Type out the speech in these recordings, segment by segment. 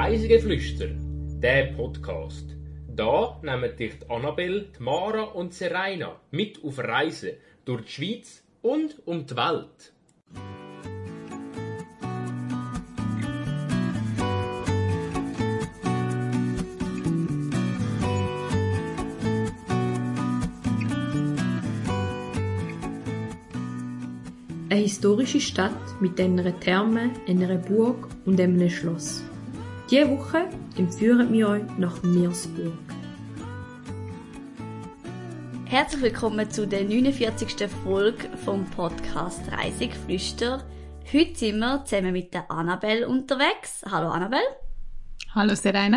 Reisegeflüster, der Podcast. Da nehmen dich die Annabelle, die Mara und die Serena mit auf Reisen durch die Schweiz und um die Welt. Eine historische Stadt mit einer Therme, einer Burg und einem Schloss. Diese Woche entführen wir euch nach Meersburg. Herzlich willkommen zu der 49. Folge vom Podcast Reisegeflüster. Heute sind wir zusammen mit der Annabelle unterwegs. Hallo Annabelle. Hallo Serena.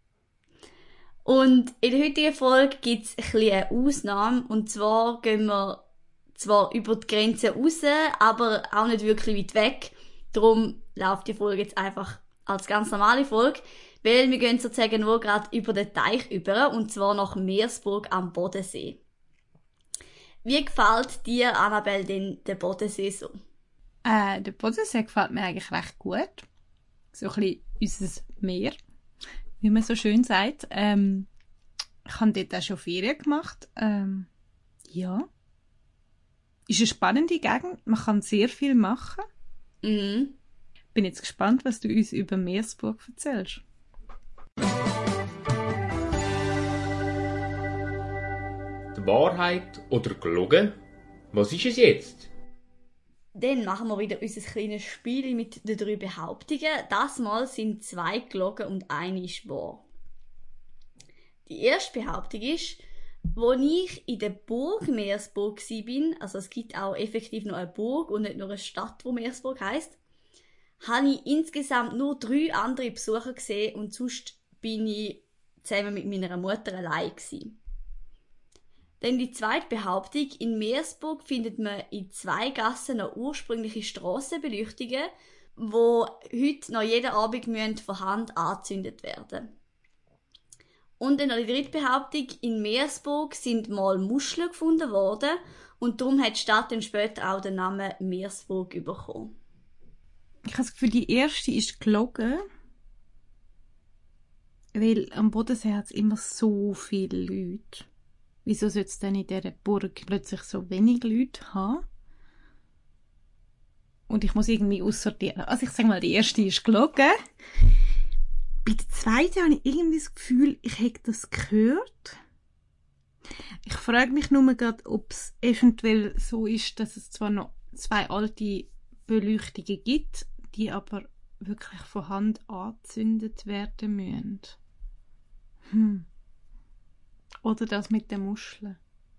Und in der heutigen Folge gibt es ein bisschen eine Ausnahme. Und zwar gehen wir zwar über die Grenze raus, aber auch nicht wirklich weit weg. Darum läuft die Folge jetzt einfach als ganz normale Folge, weil wir gehen sozusagen nur gerade über den Teich über, und zwar nach Meersburg am Bodensee. Wie gefällt dir, Annabelle, denn der Bodensee so? Der Bodensee gefällt mir eigentlich recht gut. So ein bisschen unser Meer, wie man so schön sagt. Ich habe dort auch schon Ferien gemacht. Ja. Ist eine spannende Gegend. Man kann sehr viel machen. Mhm. Bin jetzt gespannt, was du uns über Meersburg erzählst. Die Wahrheit oder gelogen? Was ist es jetzt? Dann machen wir wieder unser kleines Spiel mit den 3 Behauptungen. Das Mal sind 2 gelogen und eine ist wahr. Die erste Behauptung ist, als ich in der Burg Meersburg war, also es gibt auch effektiv noch eine Burg und nicht nur eine Stadt, wo Meersburg heisst, habe ich insgesamt nur 3 andere Besucher gesehen und sonst bin ich zusammen mit meiner Mutter allein gewesen. Dann die zweite Behauptung, in Meersburg findet man in 2 Gassen noch ursprüngliche Strassenbeleuchtungen, die heute noch jeden Abend von Hand angezündet werden. Und dann noch die dritte Behauptung, in Meersburg sind mal Muscheln gefunden worden und darum hat die Stadt dann später auch den Namen Meersburg bekommen. Ich habe das Gefühl, die erste ist gelogen. Weil am Bodensee hat es immer so viele Leute. Wieso sollte es denn in dieser Burg plötzlich so wenig Leute haben? Und ich muss irgendwie aussortieren. Also ich sage mal, die erste ist gelogen. Bei der zweiten habe ich irgendwie das Gefühl, ich hätte das gehört. Ich frage mich nur gerade, ob es eventuell so ist, dass es zwar noch 2 alte Beleuchtungen gibt, die aber wirklich von Hand angezündet werden müssen. Oder das mit den Muscheln.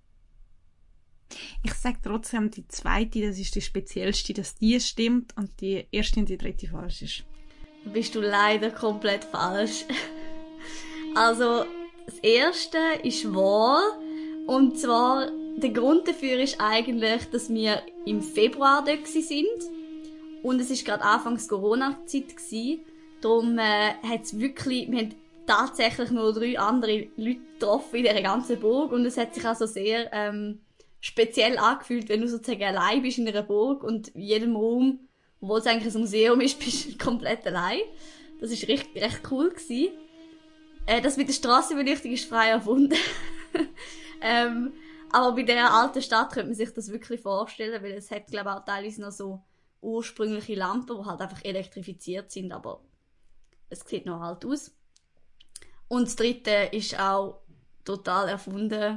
Ich sage trotzdem, die zweite, das ist die speziellste, dass die stimmt und die erste und die dritte falsch ist. Da bist du leider komplett falsch. Also, das erste ist wahr. Und zwar, der Grund dafür ist eigentlich, dass wir im Februar dort sind. Und es war gerade Anfangs Corona-Zeit. Darum hat's wirklich, wir haben tatsächlich nur 3 andere Leute getroffen in dieser ganzen Burg. Und es hat sich also sehr speziell angefühlt, wenn du sozusagen allein bist in einer Burg und in jedem Raum, obwohl es eigentlich ein Museum ist, bist du komplett allein. Das war recht cool gewesen. Das mit der Strassenbeleuchtung ist frei erfunden. Aber bei dieser alten Stadt könnte man sich das wirklich vorstellen, weil es hat, glaube ich, auch teilweise noch so ursprüngliche Lampen, die halt einfach elektrifiziert sind, aber es sieht noch alt aus. Und das dritte ist auch total erfunden.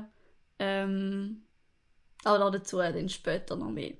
Aber dazu dann später noch mehr.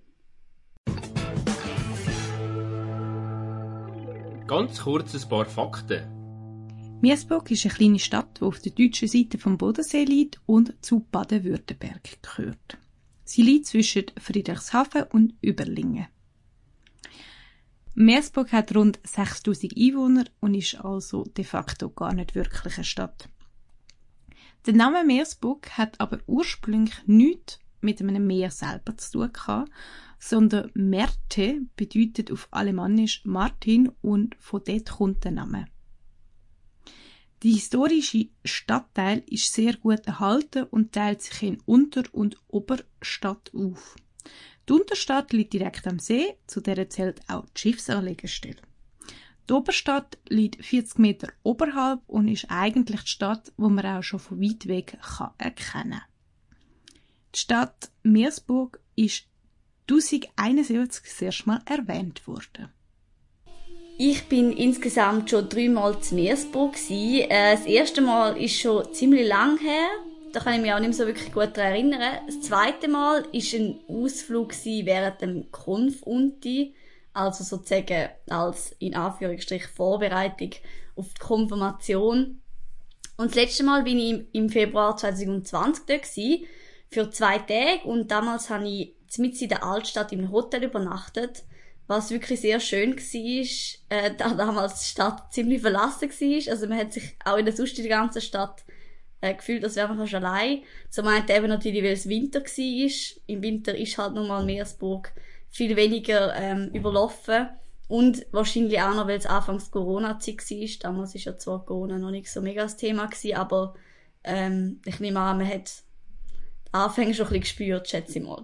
Ganz kurz ein paar Fakten. Meersburg ist eine kleine Stadt, die auf der deutschen Seite vom Bodensee liegt und zu Baden-Württemberg gehört. Sie liegt zwischen Friedrichshafen und Überlingen. Meersburg hat rund 6000 Einwohner und ist also de facto gar nicht wirklich eine Stadt. Der Name Meersburg hat aber ursprünglich nichts mit einem Meer selber zu tun gehabt, sondern Merte bedeutet auf Alemannisch Martin und von dort kommt der Name. Der historische Stadtteil ist sehr gut erhalten und teilt sich in Unter- und Oberstadt auf. Die Unterstadt liegt direkt am See, zu der zählt auch die Schiffsanlegestelle. Die Oberstadt liegt 40 Meter oberhalb und ist eigentlich die Stadt, die man auch schon von weit weg erkennen kann. Die Stadt Meersburg ist 1071 das erste Mal erwähnt worden. Ich bin insgesamt schon 3 Mal zu Meersburg gewesen. Das erste Mal ist schon ziemlich lang her. Da kann ich mich auch nicht mehr so wirklich gut daran erinnern. Das zweite Mal war ein Ausflug während dem Konf-Unti. Also sozusagen als, in Anführungsstrichen, Vorbereitung auf die Konfirmation. Und das letzte Mal bin ich im Februar 2020 dort gewesen, für 2 Tage. Und damals habe ich mitten in der Altstadt im Hotel übernachtet, was wirklich sehr schön war, da damals die Stadt ziemlich verlassen war. Also man hat sich auch in der sonst in der ganzen Stadt gefühlt, als wäre man fast allein. So meint eben natürlich, weil es Winter war. Im Winter ist halt nun mal Meersburg viel weniger überlaufen. Und wahrscheinlich auch noch, weil es anfangs Corona-Zeit war. Damals war ja zwar Corona noch nicht so mega das Thema gewesen, aber ich nehme an, man hat die Anfänge schon ein bisschen gespürt, schätze ich mal.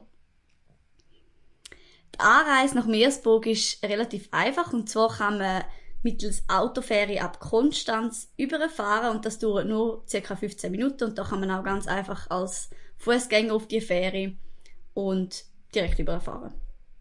Die Anreise nach Meersburg ist relativ einfach, und zwar kann man mittels Autofähre ab Konstanz überfahren, und das dauert nur ca. 15 Minuten, und da kann man auch ganz einfach als Fußgänger auf die Fähre und direkt überfahren.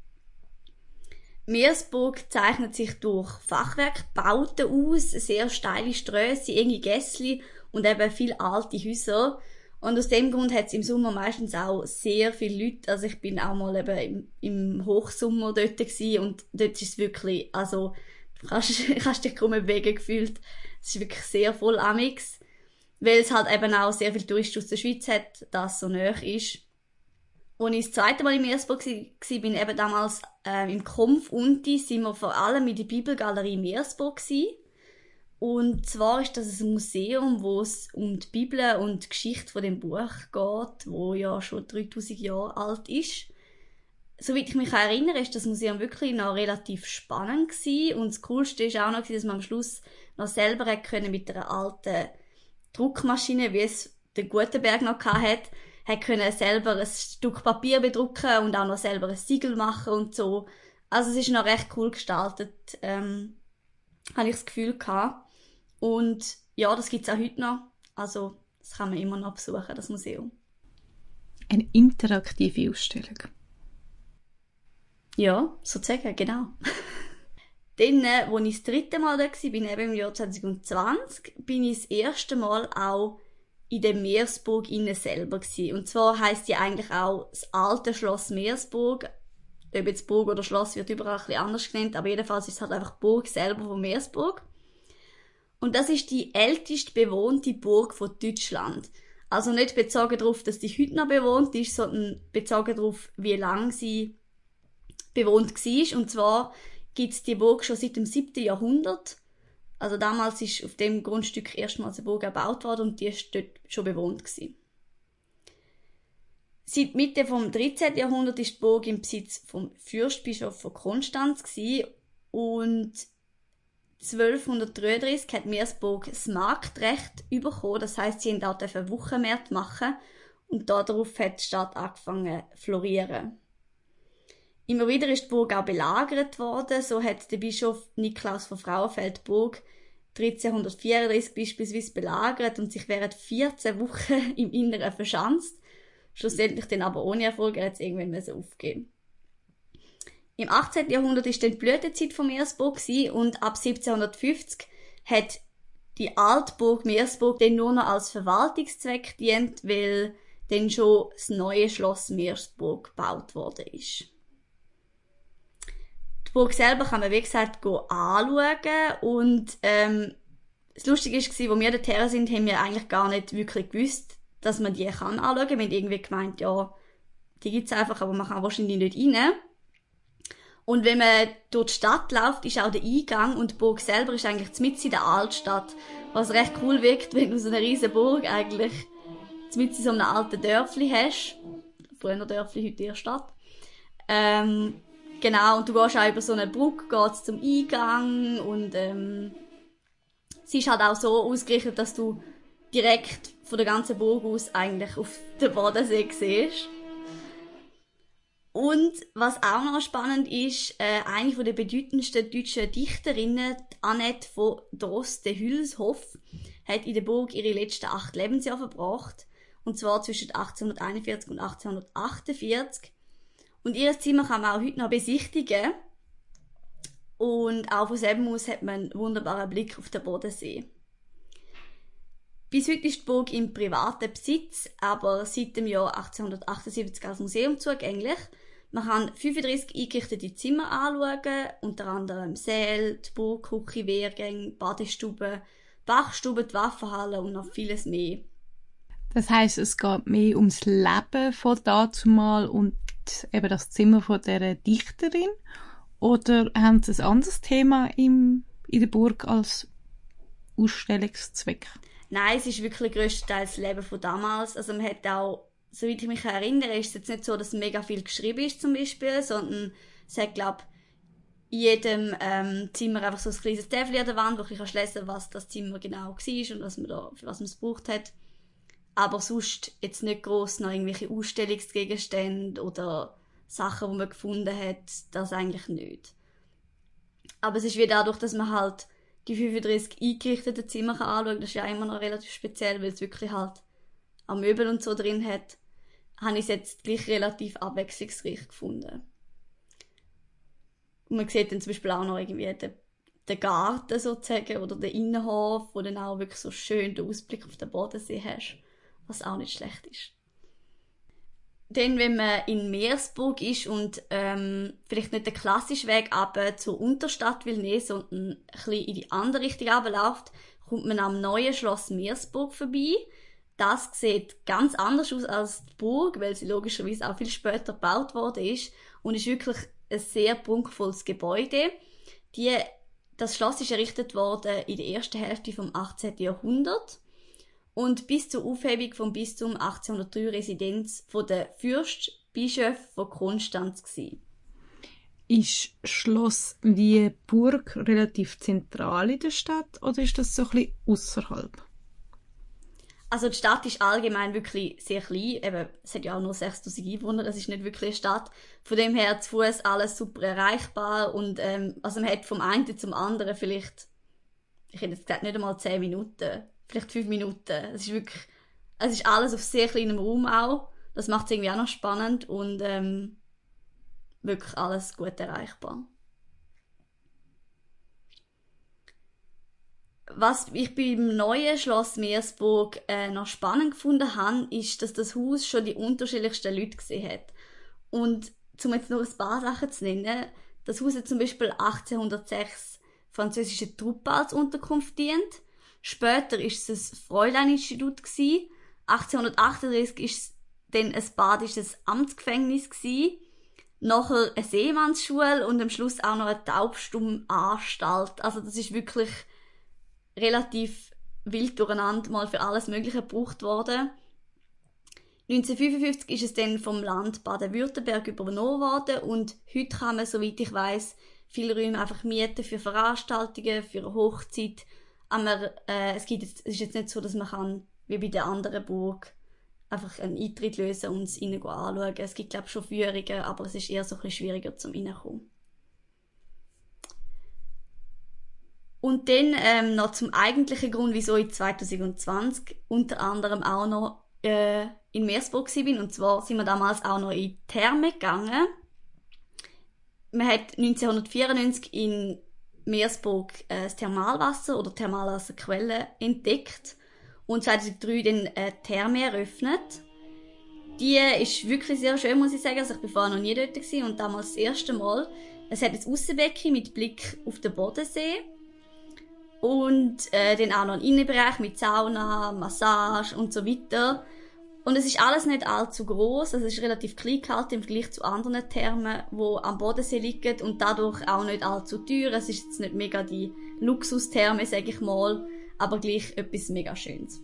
Meersburg zeichnet sich durch Fachwerkbauten aus, sehr steile Strösse, enge Gässli und eben viele alte Häuser. Und aus dem Grund hat es im Sommer meistens auch sehr viele Leute. Also ich bin auch mal eben im Hochsommer dort gewesen, und dort ist es wirklich, also du kannst dich kaum bewegen gefühlt. Es ist wirklich sehr voll amix, weil es halt eben auch sehr viele Touristen aus der Schweiz hat, das so nahe ist. Als ich das zweite Mal in Meersburg war, bin eben damals im Konf-Unti, sind wir vor allem in der Bibelgalerie Meersburg gewesen. Und zwar ist das ein Museum, wo es um die Bibel und die Geschichte von dem Buch geht, wo ja schon 3000 Jahre alt ist. Soweit ich mich erinnere, ist das Museum wirklich noch relativ spannend gewesen. Und das Coolste ist auch noch, dass man am Schluss noch selber mit einer alten Druckmaschine, wie es der Gutenberg noch hatte, können selber ein Stück Papier bedrucken und auch noch selber ein Siegel machen und so. Also es ist noch recht cool gestaltet, habe ich das Gefühl gehabt. Und ja, das gibt es auch heute noch. Also das kann man immer noch besuchen, das Museum. Eine interaktive Ausstellung. Ja, sozusagen, genau. Dann, als ich das 3. Mal da war, eben im Jahr 2020, bin ich das erste Mal auch in der Meersburg innen selber gewesen. Und zwar heisst ja eigentlich auch das alte Schloss Meersburg. Ob jetzt Burg oder Schloss wird überall ein bisschen anders genannt, aber jedenfalls ist es halt einfach die Burg selber von Meersburg. Und das ist die älteste bewohnte Burg von Deutschland. Also nicht bezogen darauf, dass die heute noch bewohnt ist, sondern bezogen darauf, wie lange sie bewohnt war. Und zwar gibt es die Burg schon seit dem 7. Jahrhundert. Also damals ist auf dem Grundstück erstmals eine Burg erbaut worden und die war dort schon bewohnt gewesen. Seit Mitte vom 13. Jahrhundert ist die Burg im Besitz vom Fürstbischof von Konstanz gewesen, und 1233 hat Meersburg das Marktrecht bekommen. Das heisst, sie durften auch Wochenmärkte machen, und darauf hat die Stadt angefangen zu florieren. Immer wieder ist die Burg auch belagert worden. So hat der Bischof Niklaus von Frauenfeld die Burg 1334 beispielsweise belagert und sich während 14 Wochen im Inneren verschanzt. Schlussendlich dann aber ohne Erfolg, er hat es irgendwann aufgeben. Im 18. Jahrhundert war dann die Blütezeit von Meersburg und ab 1750 hat die Altburg Meersburg dann nur noch als Verwaltungszweck dient, weil dann schon das neue Schloss Meersburg gebaut worden ist. Die Burg selber kann man, wie gesagt, anschauen, und das Lustige war, als wir dorthin sind, haben wir eigentlich gar nicht wirklich gewusst, dass man die anschauen kann. Wir haben irgendwie gemeint, ja, die gibt es einfach, aber man kann wahrscheinlich nicht rein. Und wenn man durch die Stadt läuft, ist auch der Eingang, und die Burg selber ist eigentlich mitten in der Altstadt, was recht cool wirkt, wenn du so eine riesige Burg eigentlich mitten in so einem alten Dörfli hast. Früher Dörfli, heute eher Stadt. Genau, und du gehst auch über so eine Brücke geht's zum Eingang, und sie ist halt auch so ausgerichtet, dass du direkt von der ganzen Burg aus eigentlich auf den Bodensee siehst. Und was auch noch spannend ist, eine der bedeutendsten deutschen Dichterinnen, Annette von Droste-Hülshoff, hat in der Burg ihre letzten 8 Lebensjahre verbracht. Und zwar zwischen 1841 und 1848. Und ihr Zimmer kann man auch heute noch besichtigen. Und auch von selben aus hat man einen wunderbaren Blick auf den Bodensee. Bis heute ist die Burg im privaten Besitz, aber seit dem Jahr 1878 als Museum zugänglich. Man kann 35 eingerichtete Zimmer anschauen, unter anderem Säle, die Burgküche, Wehrgänge, Badestuben, Bachstuben, die Waffenhalle und noch vieles mehr. Das heisst, es geht mehr ums Leben von dazumal und eben das Zimmer von dieser Dichterin? Oder haben Sie ein anderes Thema in der Burg als Ausstellungszweck? Nein, es ist wirklich grösstenteils das Leben von damals. Also man hat auch, soweit ich mich erinnere, ist es jetzt nicht so, dass mega viel geschrieben ist zum Beispiel, sondern es hat, glaube in jedem Zimmer einfach so ein kleines Täfelchen an der Wand, wo ich lesen kann, was das Zimmer genau war und was man da, für was man es gebraucht hat. Aber sonst jetzt nicht gross noch irgendwelche Ausstellungsgegenstände oder Sachen, die man gefunden hat, das eigentlich nicht. Aber es ist wie dadurch, dass man halt die 35 eingerichteten Zimmer anschauen kann, das ist ja immer noch relativ speziell, weil es wirklich halt auch Möbel und so drin hat, habe ich es jetzt gleich relativ abwechslungsreich gefunden. Und man sieht dann zum Beispiel auch noch irgendwie den Garten sozusagen oder den Innenhof, wo dann auch wirklich so schön den Ausblick auf den Bodensee hast, was auch nicht schlecht ist. Dann, wenn man in Meersburg ist und vielleicht nicht den klassischen Weg runter zur Unterstadt will nehmen, sondern ein bisschen in die andere Richtung runterläuft, kommt man am neuen Schloss Meersburg vorbei. Das sieht ganz anders aus als die Burg, weil sie logischerweise auch viel später gebaut worden ist und ist wirklich ein sehr prunkvolles Gebäude. Das Schloss ist errichtet worden in der ersten Hälfte vom 18. Jahrhundert. Und bis zur Aufhebung vom Bistum 1803 Residenz von der Fürstbischöfe von Konstanz gsi. Ist Schloss wie Burg relativ zentral in der Stadt oder ist das so ein bisschen ausserhalb? Also die Stadt ist allgemein wirklich sehr klein. Eben, es hat ja auch nur 6'000 Einwohner, es ist nicht wirklich eine Stadt. Von dem her zu Fuß alles super erreichbar und also man hat vom einen zum anderen vielleicht, ich hätte jetzt gesagt, nicht einmal 10 Minuten. Vielleicht 5 Minuten. Es ist alles auf sehr kleinem Raum auch. Das macht es irgendwie auch noch spannend und wirklich alles gut erreichbar. Was ich beim neuen Schloss Meersburg noch spannend gefunden habe, ist, dass das Haus schon die unterschiedlichsten Leute gesehen hat. Und um jetzt nur ein paar Sachen zu nennen, das Haus hat zum Beispiel 1806 französische Truppen als Unterkunft dient. Später war es ein Fräulein-Institut. 1838 war es dann ein badisches Amtsgefängnis. Nachher eine Seemannsschule und am Schluss auch noch eine Taubstummanstalt. Also das ist wirklich relativ wild durcheinander mal für alles Mögliche gebraucht worden. 1955 ist es dann vom Land Baden-Württemberg übernommen worden und heute kann man, soweit ich weiss, viele Räume einfach mieten für Veranstaltungen, für eine Hochzeit. Aber es ist jetzt nicht so, dass man kann, wie bei der anderen Burg, einfach einen Eintritt lösen und es rein anschauen. Es gibt, glaube ich, schon Führungen, aber es ist eher so ein bisschen schwieriger zum Reinkommen. Und dann noch zum eigentlichen Grund, wieso ich 2020 unter anderem auch noch in Meersburg war. Und zwar sind wir damals auch noch in die Therme gegangen. Man hat 1994 in Meersburg das Thermalwasser oder Thermalwasserquelle entdeckt und 2003 dann eine Therme eröffnet. Die ist wirklich sehr schön, muss ich sagen. Also ich war vorher noch nie dort gewesen und damals das erste Mal. Es hat ein Aussenbecken mit Blick auf den Bodensee und dann auch noch einen Innenbereich mit Sauna, Massage und so weiter. Und es ist alles nicht allzu gross, also es ist relativ klein gehalten im Vergleich zu anderen Thermen, die am Bodensee liegen und dadurch auch nicht allzu teuer. Es ist jetzt nicht mega die Luxustherme, sage ich mal, aber gleich etwas mega Schönes.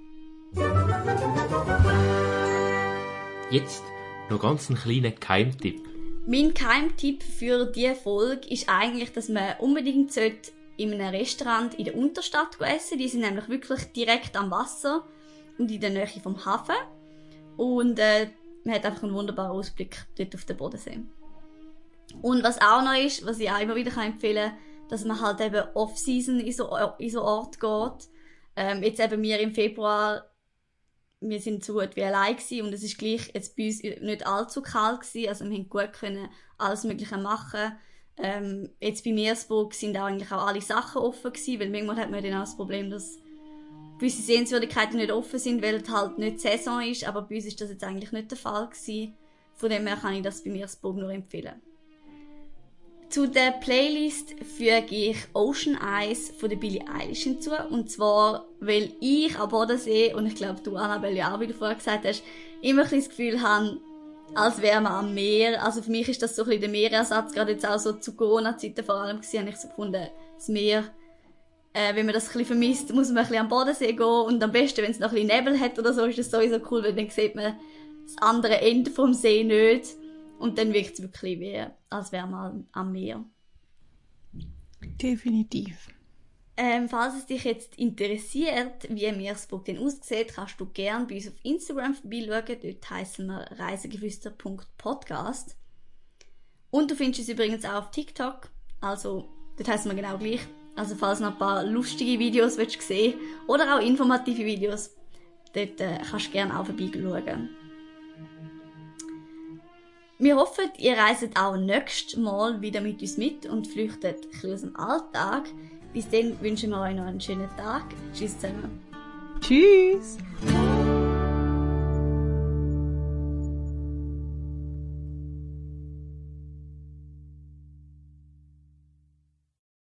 Jetzt noch ganz einen kleinen Geheimtipp. Mein Geheimtipp für diese Folge ist eigentlich, dass man unbedingt in einem Restaurant in der Unterstadt essen sollte. Die sind nämlich wirklich direkt am Wasser und in der Nähe vom Hafen. Und man hat einfach einen wunderbaren Ausblick dort auf den Bodensee. Und was auch noch ist, was ich auch immer wieder empfehlen kann, dass man halt eben Off-Season in so Ort geht. Jetzt eben wir im Februar, wir sind so gut wie allein gewesen und es ist gleich jetzt bei uns nicht allzu kalt gewesen, also wir haben gut können alles Mögliche machen. Jetzt bei Meersburg sind eigentlich auch alle Sachen offen gewesen, weil manchmal hat man dann auch das Problem, dass gewisse Sehenswürdigkeiten nicht offen sind, weil es halt nicht Saison ist, aber bei uns ist das jetzt eigentlich nicht der Fall gewesen. Von dem her kann ich das bei Meersburg nur empfehlen. Zu der Playlist füge ich Ocean Eyes von der Billie Eilish hinzu. Und zwar, weil ich am Bodensee, und ich glaube du, Annabelle, ja auch, wie du vorher gesagt hast, immer ein bisschen das Gefühl habe, als wäre man am Meer. Also für mich ist das so ein bisschen der Meerersatz, gerade jetzt auch so zu Corona-Zeiten vor allem gewesen, habe ich so gefunden, das Meer, wenn man das ein bisschen vermisst, muss man ein bisschen am Bodensee gehen. Und am besten, wenn es noch ein bisschen Nebel hat oder so, ist das sowieso cool, weil dann sieht man das andere Ende vom See nicht. Und dann wirkt es wirklich wie, als wäre man am Meer. Definitiv. Falls es dich jetzt interessiert, wie Meersburg denn aussieht, kannst du gerne bei uns auf Instagram vorbeischauen. Dort heissen wir reisegeflüster.podcast. Und du findest uns übrigens auch auf TikTok. Also, dort heissen wir genau gleich. Also, falls du noch ein paar lustige Videos willst sehen oder auch informative Videos, dort kannst du gerne auch vorbeischauen. Wir hoffen, ihr reiset auch nächstes Mal wieder mit uns mit und flüchtet ein bisschen aus dem Alltag. Bis dann wünschen wir euch noch einen schönen Tag. Tschüss zusammen. Tschüss!